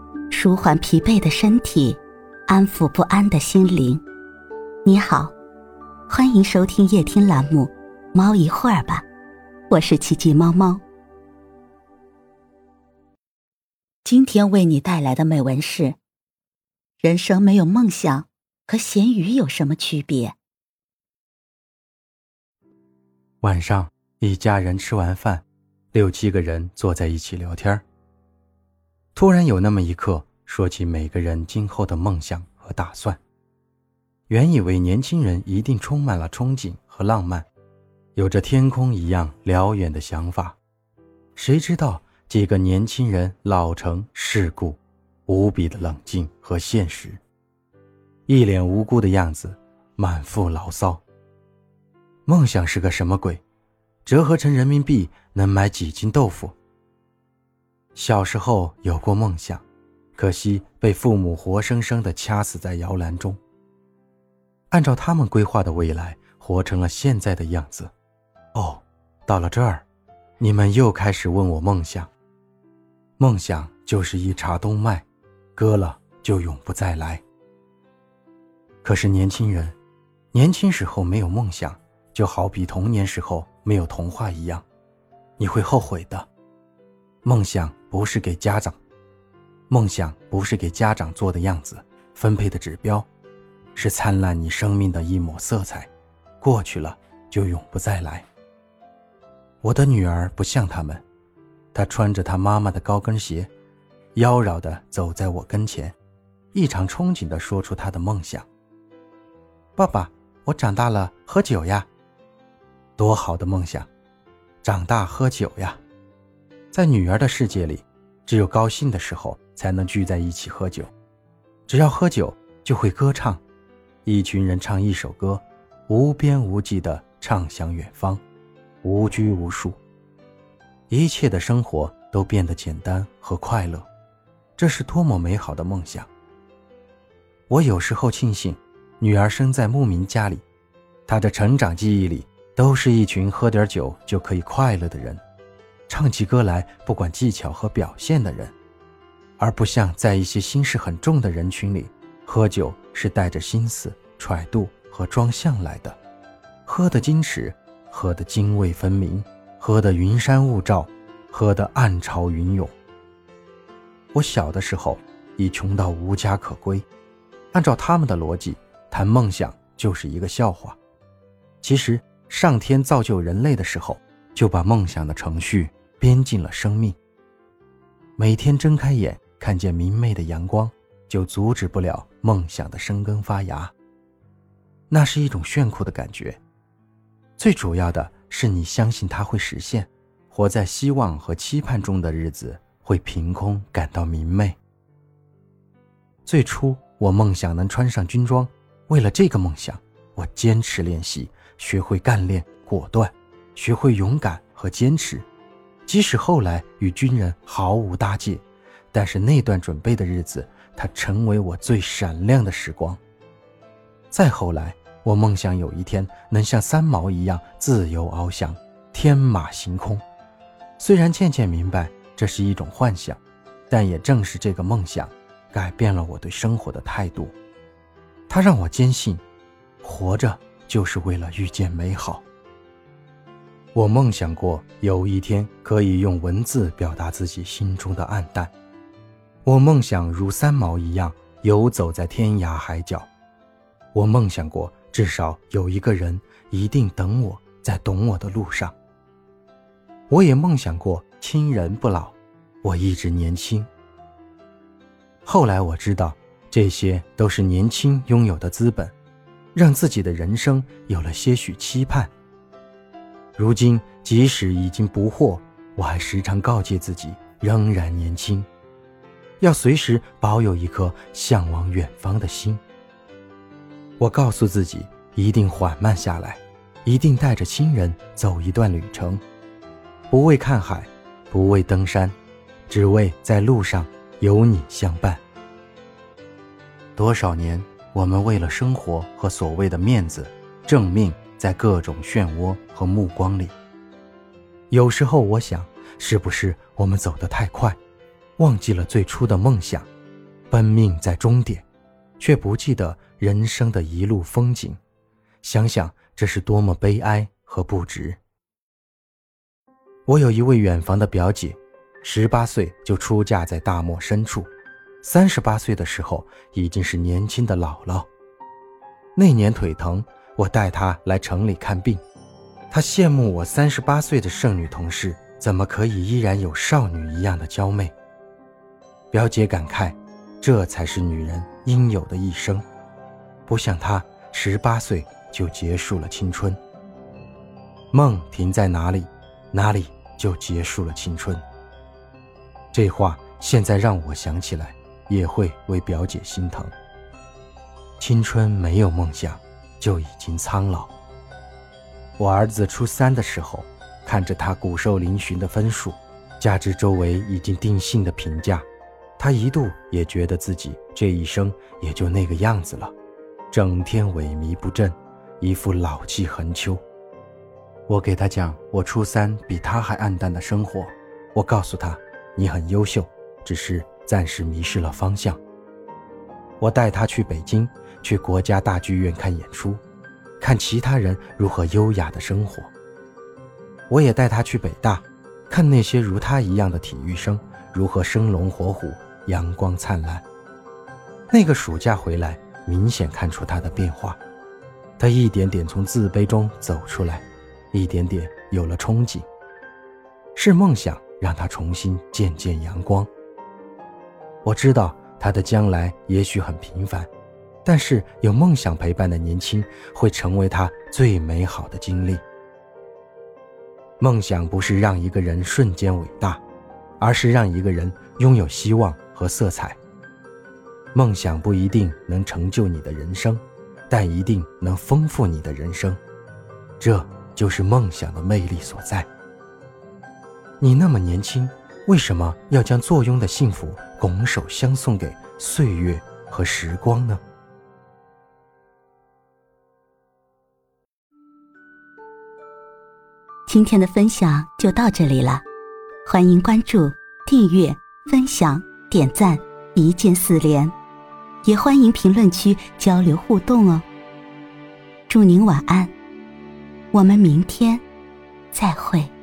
舒缓疲惫的身体，安抚不安的心灵。你好，欢迎收听夜听栏目《猫一会儿吧》，我是奇迹猫猫。今天为你带来的美文是：人生没有梦想和咸鱼有什么区别？ 晚上，一家人吃完饭，6、7个人坐在一起聊天。突然有那么一刻，说起每个人今后的梦想和打算。原以为年轻人一定充满了憧憬和浪漫，有着天空一样辽远的想法。谁知道几个年轻人老成世故，无比的冷静和现实，一脸无辜的样子，满腹牢骚。梦想是个什么鬼？折合成人民币能买几斤豆腐？小时候有过梦想，可惜被父母活生生地掐死在摇篮中。按照他们规划的未来，活成了现在的样子。哦，到了这儿，你们又开始问我梦想。梦想就是一茬冬麦，割了就永不再来。可是年轻人，年轻时候没有梦想，就好比童年时候没有童话一样，你会后悔的。梦想不是给家长，梦想不是给家长做的样子，分配的指标，是灿烂你生命的一抹色彩，过去了就永不再来。我的女儿不像他们，她穿着她妈妈的高跟鞋，妖娆地走在我跟前，异常憧憬地说出她的梦想。爸爸，我长大了喝酒呀。多好的梦想，长大喝酒呀。在女儿的世界里，只有高兴的时候才能聚在一起喝酒，只要喝酒就会歌唱，一群人唱一首歌，无边无际地唱向远方，无拘无束，一切的生活都变得简单和快乐，这是多么美好的梦想。我有时候庆幸女儿生在牧民家里，她的成长记忆里都是一群喝点酒就可以快乐的人，唱起歌来不管技巧和表现的人，而不像在一些心事很重的人群里，喝酒是带着心思、揣度和装相来的，喝得矜持，喝得泾渭分明，喝得云山雾罩，喝得暗潮云涌。我小的时候已穷到无家可归，按照他们的逻辑，谈梦想就是一个笑话。其实上天造就人类的时候，就把梦想的程序编进了生命。每天睁开眼看见明媚的阳光，就阻止不了梦想的生根发芽。那是一种炫酷的感觉，最主要的是你相信它会实现，活在希望和期盼中的日子会凭空感到明媚。最初我梦想能穿上军装，为了这个梦想，我坚持练习，学会干练果断，学会勇敢和坚持。即使后来与军人毫无搭界，但是那段准备的日子，它成为我最闪亮的时光。再后来，我梦想有一天能像三毛一样自由翱翔，天马行空。虽然渐渐明白这是一种幻想，但也正是这个梦想改变了我对生活的态度。它让我坚信，活着就是为了遇见美好。我梦想过有一天可以用文字表达自己心中的暗淡。我梦想如三毛一样游走在天涯海角。我梦想过至少有一个人一定等我在懂我的路上。我也梦想过亲人不老，我一直年轻。后来我知道，这些都是年轻拥有的资本，让自己的人生有了些许期盼。如今即使已经不惑，我还时常告诫自己仍然年轻，要随时保有一颗向往远方的心。我告诉自己一定缓慢下来，一定带着亲人走一段旅程，不为看海，不为登山，只为在路上有你相伴。多少年，我们为了生活和所谓的面子，正命在各种漩涡和目光里。有时候我想，是不是我们走得太快，忘记了最初的梦想， 奔命在终点，却不记得人生的一路风景，想想这是多么悲哀和不值。我有一位远房的表姐，18岁就出嫁在大漠深处，38岁的时候已经是年轻的姥姥。那年腿疼，我带她来城里看病，她羡慕我38岁的剩女同事怎么可以依然有少女一样的娇媚。表姐感慨，这才是女人应有的一生，不像她18岁就结束了青春。梦停在哪里，哪里就结束了青春。这话现在让我想起来，也会为表姐心疼。青春没有梦想，就已经苍老。我儿子初3的时候，看着他骨瘦嶙峋的分数，加之周围已经定性的评价，他一度也觉得自己这一生也就那个样子了，整天萎靡不振，一副老气横秋。我给他讲我初3比他还暗淡的生活，我告诉他，你很优秀，只是暂时迷失了方向。我带他去北京，去国家大剧院看演出，看其他人如何优雅的生活。我也带他去北大，看那些如他一样的体育生如何生龙活虎，阳光灿烂。那个暑假回来，明显看出他的变化，他一点点从自卑中走出来，一点点有了憧憬。是梦想让他重新见见阳光。我知道他的将来也许很平凡，但是有梦想陪伴的年轻会成为他最美好的经历。梦想不是让一个人瞬间伟大，而是让一个人拥有希望和色彩。梦想不一定能成就你的人生，但一定能丰富你的人生，这就是梦想的魅力所在。你那么年轻，为什么要将坐拥的幸福拱手相送给岁月和时光呢？ 今天的分享就到这里了，欢迎关注、订阅、分享、点赞，一键4连，也欢迎评论区交流互动哦。祝您晚安，我们明天再会。